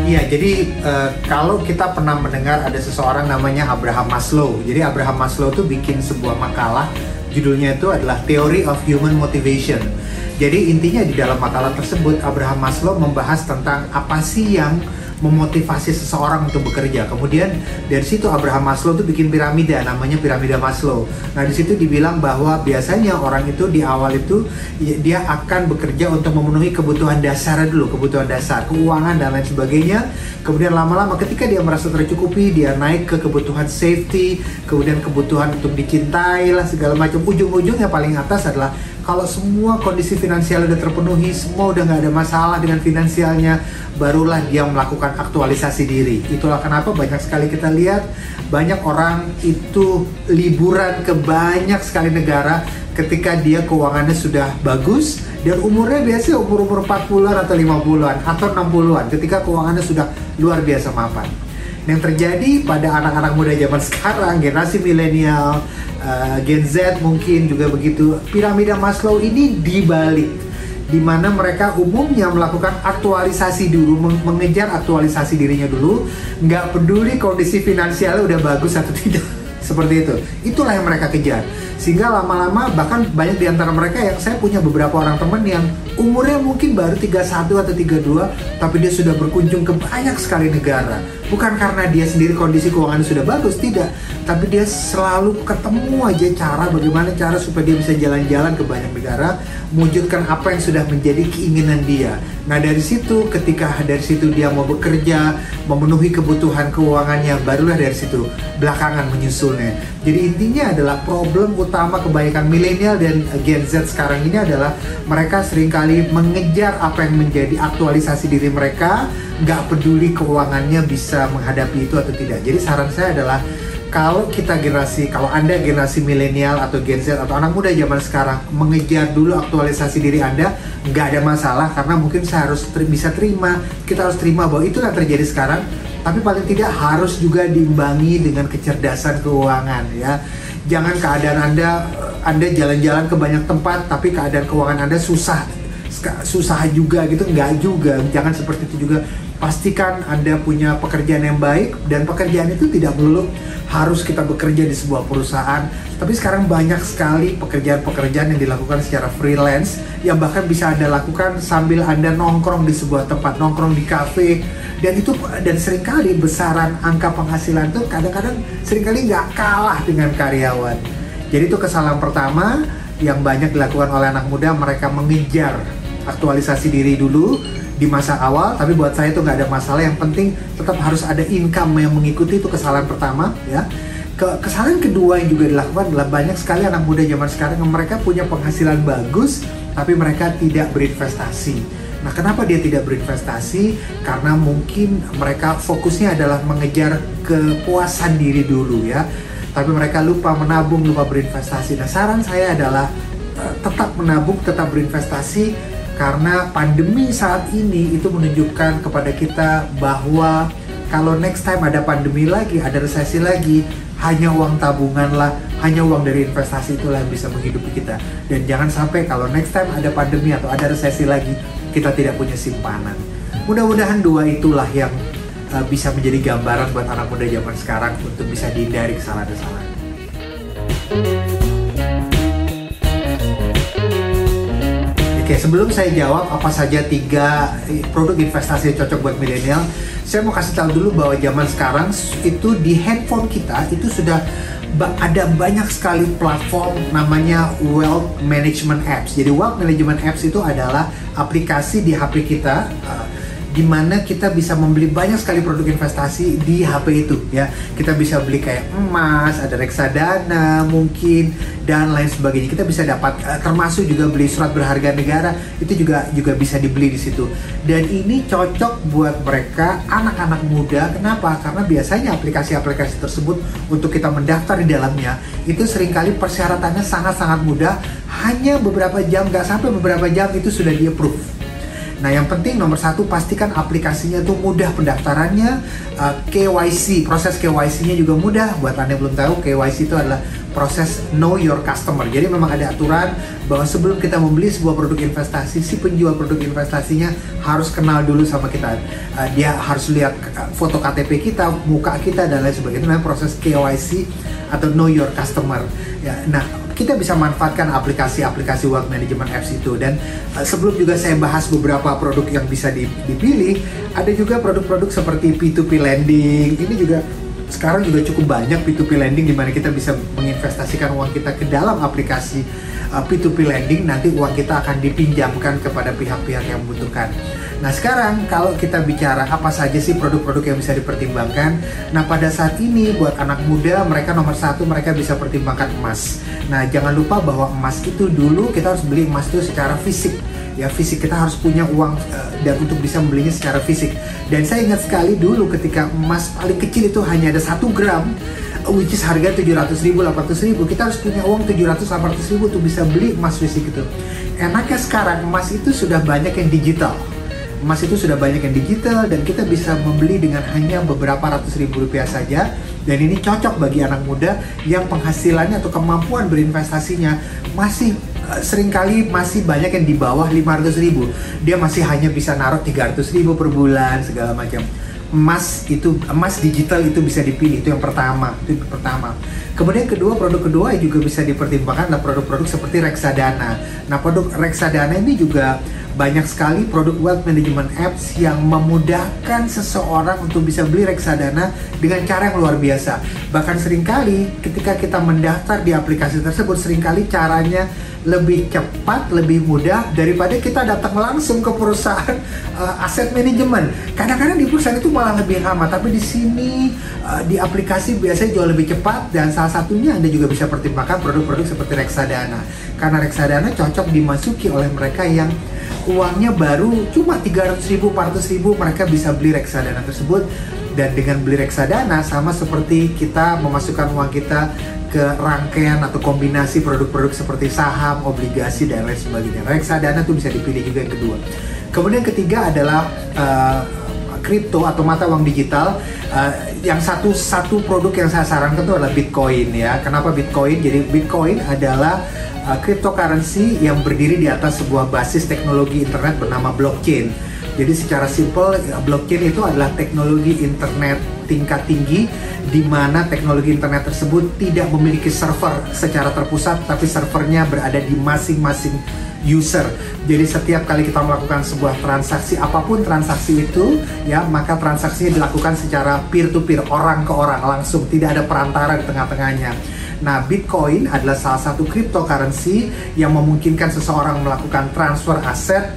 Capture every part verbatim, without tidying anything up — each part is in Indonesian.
Iya, jadi uh, kalau kita pernah mendengar ada seseorang namanya Abraham Maslow. Jadi Abraham Maslow tuh bikin sebuah makalah, judulnya itu adalah Theory of Human Motivation. Jadi intinya di dalam makalah tersebut Abraham Maslow membahas tentang apa sih yang memotivasi seseorang untuk bekerja. Kemudian dari situ Abraham Maslow tuh bikin piramida, namanya piramida Maslow. Nah di situ dibilang bahwa biasanya orang itu di awal itu dia akan bekerja untuk memenuhi kebutuhan dasar dulu, kebutuhan dasar, keuangan dan lain sebagainya. Kemudian lama-lama ketika dia merasa tercukupi, dia naik ke kebutuhan safety, kemudian kebutuhan untuk dicintai lah segala macam. Ujung-ujungnya paling atas adalah kalau semua kondisi finansial udah terpenuhi, semua udah nggak ada masalah dengan finansialnya, barulah dia melakukan aktualisasi diri. Itulah kenapa banyak sekali kita lihat banyak orang itu liburan ke banyak sekali negara ketika dia keuangannya sudah bagus dan umurnya biasanya umur-umur empat puluhan atau lima puluhan atau enam puluhan ketika keuangannya sudah luar biasa mapan. Yang terjadi pada anak-anak muda zaman sekarang, generasi milenial, uh, Gen Z mungkin juga begitu, piramida Maslow ini dibalik, di mana mereka umumnya melakukan aktualisasi dulu, mengejar aktualisasi dirinya dulu, nggak peduli kondisi finansialnya udah bagus atau tidak. Seperti itu, itulah yang mereka kejar. Sehingga lama-lama bahkan banyak di antara mereka yang saya punya beberapa orang teman yang umurnya mungkin baru tiga puluh satu atau tiga puluh dua, tapi dia sudah berkunjung ke banyak sekali negara. Bukan karena dia sendiri kondisi keuangannya sudah bagus, tidak. Tapi dia selalu ketemu aja cara bagaimana cara supaya dia bisa jalan-jalan ke banyak negara, mewujudkan apa yang sudah menjadi keinginan dia. Nah dari situ, ketika dari situ dia mau bekerja, memenuhi kebutuhan keuangannya, barulah dari situ belakangan menyusulnya. Jadi intinya adalah problem utama kebaikan milenial dan Gen Z sekarang ini adalah mereka seringkali mengejar apa yang menjadi aktualisasi diri mereka, nggak peduli keuangannya bisa menghadapi itu atau tidak. Jadi saran saya adalah kalau kita generasi, kalau Anda generasi milenial atau Gen Z atau anak muda zaman sekarang mengejar dulu aktualisasi diri Anda, nggak ada masalah karena mungkin saya harus ter- bisa terima, kita harus terima bahwa itu yang terjadi sekarang, tapi paling tidak harus juga diimbangi dengan kecerdasan keuangan ya. Jangan keadaan Anda, Anda jalan-jalan ke banyak tempat tapi keadaan keuangan Anda susah, susah juga gitu, nggak juga, jangan seperti itu juga. Pastikan Anda punya pekerjaan yang baik, dan pekerjaan itu tidak melulu harus kita bekerja di sebuah perusahaan. Tapi sekarang banyak sekali pekerjaan-pekerjaan yang dilakukan secara freelance, yang bahkan bisa Anda lakukan sambil Anda nongkrong di sebuah tempat, nongkrong di kafe. Dan itu, dan seringkali besaran angka penghasilan itu kadang-kadang seringkali nggak kalah dengan karyawan. Jadi itu kesalahan pertama yang banyak dilakukan oleh anak muda, mereka mengejar aktualisasi diri dulu di masa awal, tapi buat saya itu nggak ada masalah. Yang penting tetap harus ada income yang mengikuti, itu kesalahan pertama ya. Kesalahan kedua yang juga dilakukan adalah banyak sekali anak muda zaman sekarang yang mereka punya penghasilan bagus tapi mereka tidak berinvestasi. Nah kenapa dia tidak berinvestasi? Karena mungkin mereka fokusnya adalah mengejar kepuasan diri dulu ya, tapi mereka lupa menabung, lupa berinvestasi. Nah saran saya adalah uh, tetap menabung, tetap berinvestasi. Karena pandemi saat ini itu menunjukkan kepada kita bahwa kalau next time ada pandemi lagi, ada resesi lagi, hanya uang tabunganlah, hanya uang dari investasi itulah yang bisa menghidupi kita. Dan jangan sampai kalau next time ada pandemi atau ada resesi lagi, kita tidak punya simpanan. Mudah-mudahan dua itulah yang uh, bisa menjadi gambaran buat anak muda zaman sekarang untuk bisa dihindari kesalahan-kesalahan. Oke, sebelum saya jawab apa saja tiga produk investasi yang cocok buat milenial, saya mau kasih tahu dulu bahwa zaman sekarang itu di handphone kita itu sudah ada banyak sekali platform namanya wealth management apps. Jadi wealth management apps itu adalah aplikasi di H P kita, uh, di mana kita bisa membeli banyak sekali produk investasi di H P itu ya. Kita bisa beli kayak emas, ada reksadana mungkin dan lain sebagainya. Kita bisa dapat uh, termasuk juga beli surat berharga negara, itu juga juga bisa dibeli di situ. Dan ini cocok buat mereka anak-anak muda. Kenapa? Karena biasanya aplikasi-aplikasi tersebut untuk kita mendaftar di dalamnya itu seringkali persyaratannya sangat-sangat mudah. Hanya beberapa jam, nggak sampai beberapa jam itu sudah di-approve. Nah, yang penting nomor satu, pastikan aplikasinya tuh mudah pendaftarannya, uh, K Y C, proses K Y C-nya juga mudah. Buat Anda yang belum tahu, K Y C itu adalah proses Know Your Customer. Jadi memang ada aturan bahwa sebelum kita membeli sebuah produk investasi, si penjual produk investasinya harus kenal dulu sama kita. Uh, dia harus lihat foto K T P kita, muka kita, dan lain sebagainya. Itu namanya proses K Y C atau Know Your Customer. Ya, nah, kita bisa manfaatkan aplikasi-aplikasi wealth management apps itu. Dan uh, sebelum juga saya bahas beberapa produk yang bisa dipilih, ada juga produk-produk seperti P to P lending. Ini juga sekarang juga cukup banyak P to P lending, di mana kita bisa menginvestasikan uang kita ke dalam aplikasi uh, P to P lending. Nanti uang kita akan dipinjamkan kepada pihak-pihak yang membutuhkan. Nah, sekarang kalau kita bicara apa saja sih produk-produk yang bisa dipertimbangkan. Nah, pada saat ini buat anak muda, mereka nomor satu, mereka bisa pertimbangkan emas. Nah, jangan lupa bahwa emas itu dulu kita harus beli emas itu secara fisik. Ya, fisik, kita harus punya uang uh, dan untuk bisa membelinya secara fisik. Dan saya ingat sekali dulu ketika emas paling kecil itu hanya ada satu gram, which is harga tujuh ratus ribu, delapan ratus ribu. Kita harus punya uang tujuh ratus, delapan ratus ribu untuk bisa beli emas fisik itu. Enaknya sekarang emas itu sudah banyak yang digital. Emas itu sudah banyak yang digital dan kita bisa membeli dengan hanya beberapa ratus ribu rupiah saja. Dan ini cocok bagi anak muda yang penghasilannya atau kemampuan berinvestasinya masih uh, seringkali masih banyak yang di bawah lima ratus ribu. Dia masih hanya bisa naruh tiga ratus ribu per bulan segala macam. Emas itu, emas digital itu bisa dipilih, itu yang pertama, itu yang pertama. Kemudian kedua, produk kedua yang juga bisa dipertimbangkan adalah produk-produk seperti reksadana. Nah, produk reksadana ini juga banyak sekali produk wealth management apps yang memudahkan seseorang untuk bisa beli reksadana dengan cara yang luar biasa. Bahkan seringkali ketika kita mendaftar di aplikasi tersebut, seringkali caranya lebih cepat, lebih mudah daripada kita datang langsung ke perusahaan uh, aset manajemen. Kadang-kadang di perusahaan itu malah lebih lama, tapi di sini uh, di aplikasi biasanya jauh lebih cepat. Dan salah satunya Anda juga bisa pertimbangkan produk-produk seperti reksadana. Karena reksadana cocok dimasuki oleh mereka yang uangnya baru cuma tiga ratus ribu, empat ratus ribu, mereka bisa beli reksadana tersebut. Dan dengan beli reksadana sama seperti kita memasukkan uang kita ke rangkaian atau kombinasi produk-produk seperti saham, obligasi, dan lain sebagainya. Reksadana itu bisa dipilih juga yang kedua. Kemudian ketiga adalah uh, kripto atau mata uang digital. Uh, yang satu satu produk yang saya sarankan itu adalah Bitcoin ya. Kenapa Bitcoin? Jadi Bitcoin adalah uh, cryptocurrency yang berdiri di atas sebuah basis teknologi internet bernama blockchain. Jadi secara simpel, blockchain itu adalah teknologi internet tingkat tinggi di mana teknologi internet tersebut tidak memiliki server secara terpusat, tapi servernya berada di masing-masing user. Jadi setiap kali kita melakukan sebuah transaksi, apapun transaksi itu, ya, maka transaksinya dilakukan secara peer to peer, orang ke orang langsung, tidak ada perantara di tengah-tengahnya. Nah, Bitcoin adalah salah satu cryptocurrency yang memungkinkan seseorang melakukan transfer aset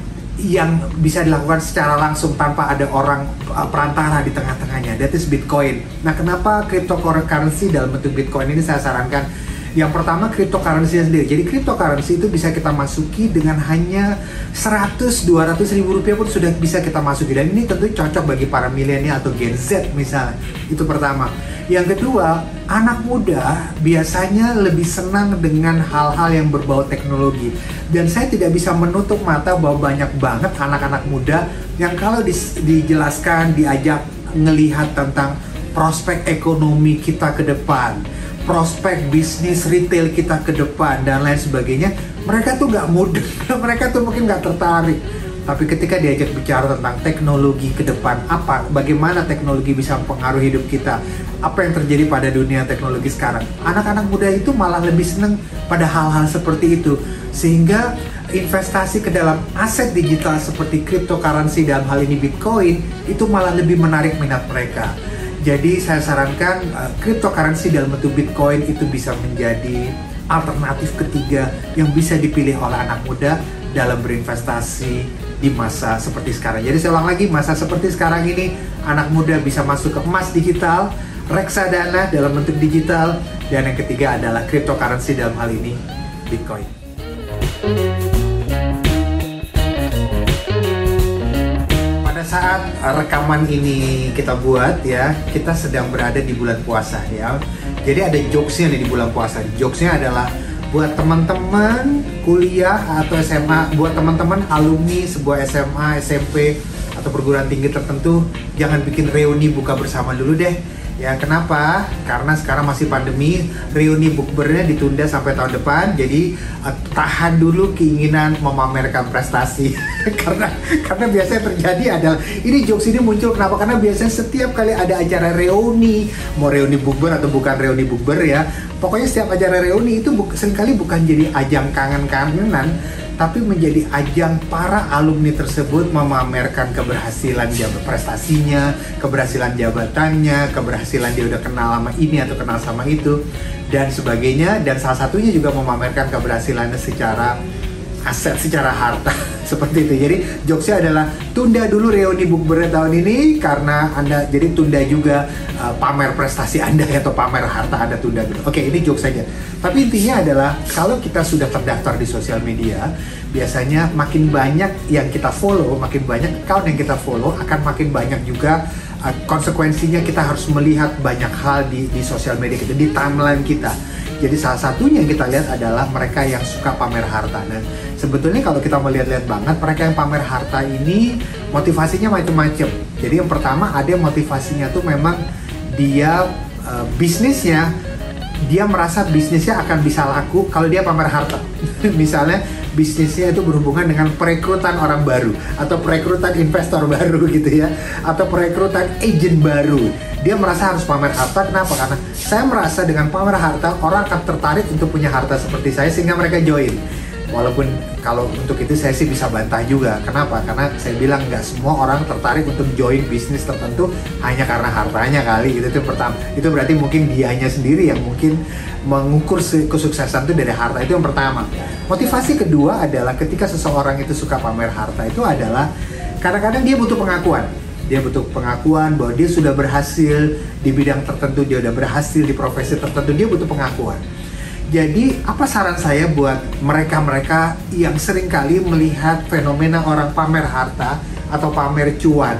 yang bisa dilakukan secara langsung tanpa ada orang uh, perantara di tengah-tengahnya. That is Bitcoin. Nah, kenapa cryptocurrency dalam bentuk Bitcoin ini saya sarankan? Yang pertama, cryptocurrency sendiri. Jadi cryptocurrency itu bisa kita masuki dengan hanya seratus sampai dua ratus ribu rupiah pun sudah bisa kita masuki. Dan ini tentu cocok bagi para milenial atau Gen Z misalnya. Itu pertama. Yang kedua, anak muda biasanya lebih senang dengan hal-hal yang berbau teknologi. Dan saya tidak bisa menutup mata bahwa banyak banget anak-anak muda yang kalau dijelaskan, diajak ngelihat tentang prospek ekonomi kita ke depan, prospek bisnis retail kita ke depan, dan lain sebagainya, mereka tuh nggak mudah, mereka tuh mungkin nggak tertarik. Tapi ketika diajak bicara tentang teknologi ke depan, apa, bagaimana teknologi bisa mempengaruhi hidup kita, apa yang terjadi pada dunia teknologi sekarang, anak-anak muda itu malah lebih senang pada hal-hal seperti itu. Sehingga investasi ke dalam aset digital seperti cryptocurrency, dalam hal ini Bitcoin, itu malah lebih menarik minat mereka. Jadi saya sarankan uh, cryptocurrency dalam bentuk Bitcoin itu bisa menjadi alternatif ketiga yang bisa dipilih oleh anak muda dalam berinvestasi di masa seperti sekarang. Jadi saya ulang lagi, masa seperti sekarang ini anak muda bisa masuk ke emas digital, reksadana dalam bentuk digital, dan yang ketiga adalah cryptocurrency, dalam hal ini Bitcoin. Pada saat rekaman ini kita buat ya, kita sedang berada di bulan puasa ya. Jadi ada jokesnya nih di bulan puasa. Jokesnya adalah buat teman-teman kuliah atau S M A, buat teman-teman alumni sebuah S M A, S M P atau perguruan tinggi tertentu, jangan bikin reuni buka bersama dulu deh. Ya kenapa? Karena sekarang masih pandemi, reuni bukbernya ditunda sampai tahun depan. Jadi uh, tahan dulu keinginan memamerkan prestasi. karena karena biasanya terjadi adalah ini jokes ini muncul kenapa? Karena biasanya setiap kali ada acara reuni, mau reuni bukber atau bukan reuni bukber ya, pokoknya setiap acara reuni itu bu seringkali bukan jadi ajang kangen-kangenan, tapi menjadi ajang para alumni tersebut memamerkan keberhasilan jabat prestasinya, keberhasilan jabatannya, keberhasilan dia udah kenal sama ini atau kenal sama itu, dan sebagainya. Dan salah satunya juga memamerkan keberhasilannya secara aset, secara harta, seperti itu. Jadi jokesnya adalah tunda dulu reuni bukber tahun ini karena Anda, jadi tunda juga uh, pamer prestasi Anda atau pamer harta Anda, tunda dulu. Oke, ini jokes saja. Tapi intinya adalah kalau kita sudah terdaftar di sosial media, biasanya makin banyak yang kita follow, makin banyak account yang kita follow, akan makin banyak juga uh, konsekuensinya kita harus melihat banyak hal di, di sosial media kita, di timeline kita. Jadi salah satunya yang kita lihat adalah mereka yang suka pamer harta. Dan sebetulnya kalau kita melihat-lihat banget, mereka yang pamer harta ini motivasinya macam-macam. Jadi yang pertama ada motivasinya tuh memang dia uh, bisnisnya, dia merasa bisnisnya akan bisa laku kalau dia pamer harta. Misalnya bisnisnya itu berhubungan dengan perekrutan orang baru atau perekrutan investor baru gitu ya, atau perekrutan agent baru. Dia merasa harus pamer harta. Kenapa? Karena saya merasa dengan pamer harta orang akan tertarik untuk punya harta seperti saya sehingga mereka join. Walaupun kalau untuk itu saya sih bisa bantah juga. Kenapa? Karena saya bilang nggak semua orang tertarik untuk join bisnis tertentu hanya karena hartanya kali. Itu tuh pertama. Itu berarti mungkin dianya sendiri yang mungkin mengukur kesuksesan itu dari harta. Itu yang pertama. Motivasi kedua adalah ketika seseorang itu suka pamer harta itu adalah kadang-kadang dia butuh pengakuan. Dia butuh pengakuan bahwa dia sudah berhasil di bidang tertentu, dia sudah berhasil di profesi tertentu, dia butuh pengakuan. Jadi apa saran saya buat mereka-mereka yang seringkali melihat fenomena orang pamer harta atau pamer cuan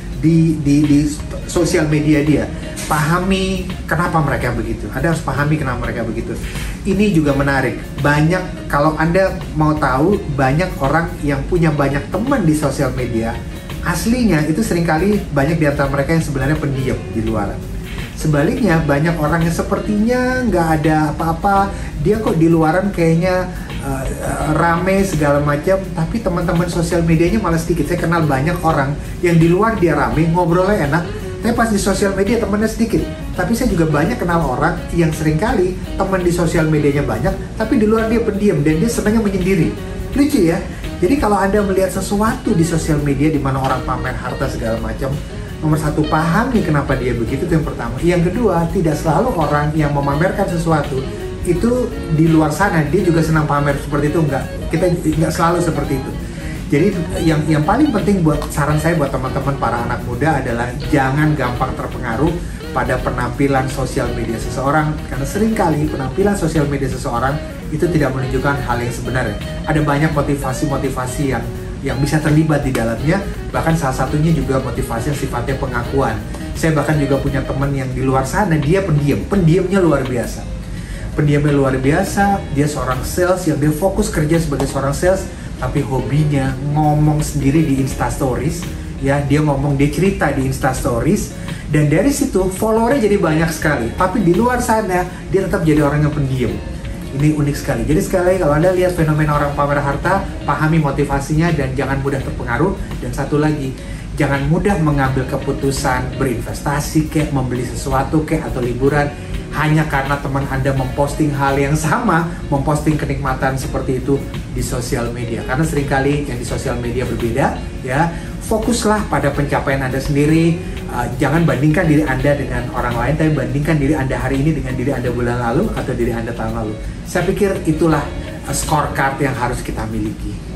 di, di, di sosial media dia? Pahami kenapa mereka begitu. Anda harus pahami kenapa mereka begitu. Ini juga menarik. Banyak, kalau Anda mau tahu, banyak orang yang punya banyak teman di sosial media, aslinya itu seringkali banyak di antara mereka yang sebenarnya pendiam di luaran. Sebaliknya banyak orang yang sepertinya nggak ada apa-apa, dia kok di luaran kayaknya uh, uh, rame segala macam, tapi teman-teman sosial medianya malah sedikit. Saya kenal banyak orang yang di luar dia rame, ngobrolnya enak, tapi pas di sosial media temannya sedikit. Tapi saya juga banyak kenal orang yang seringkali teman di sosial medianya banyak, tapi di luar dia pendiam dan dia senangnya menyendiri. Lucu ya? Jadi kalau Anda melihat sesuatu di sosial media di mana orang pamer harta segala macam, nomor satu, pahami kenapa dia begitu, itu yang pertama. Yang kedua, tidak selalu orang yang memamerkan sesuatu itu di luar sana dia juga senang pamer seperti itu, enggak. Kita enggak selalu seperti itu. Jadi yang yang paling penting buat saran saya buat teman-teman para anak muda adalah jangan gampang terpengaruh pada penampilan sosial media seseorang, karena seringkali penampilan sosial media seseorang itu tidak menunjukkan hal yang sebenarnya. Ada banyak motivasi-motivasi yang yang bisa terlibat di dalamnya, bahkan salah satunya juga motivasi yang sifatnya pengakuan. Saya bahkan juga punya teman yang di luar sana, dia pendiam, pendiamnya luar biasa. Pendiamnya luar biasa, dia seorang sales yang dia fokus kerja sebagai seorang sales, tapi hobinya ngomong sendiri di Instastories, ya, dia ngomong, dia cerita di Instastories, dan dari situ followernya jadi banyak sekali, tapi di luar sana dia tetap jadi orang yang pendiam. Ini unik sekali. Jadi sekali lagi kalau Anda lihat fenomena orang pamer harta, pahami motivasinya dan jangan mudah terpengaruh. Dan satu lagi, jangan mudah mengambil keputusan berinvestasi kek, membeli sesuatu kek, atau liburan hanya karena teman Anda memposting hal yang sama, memposting kenikmatan seperti itu di sosial media. Karena seringkali yang di sosial media berbeda, ya. Fokuslah pada pencapaian Anda sendiri. Uh, jangan bandingkan diri Anda dengan orang lain, tapi bandingkan diri Anda hari ini dengan diri Anda bulan lalu atau diri Anda tahun lalu. Saya pikir itulah uh, scorecard yang harus kita miliki.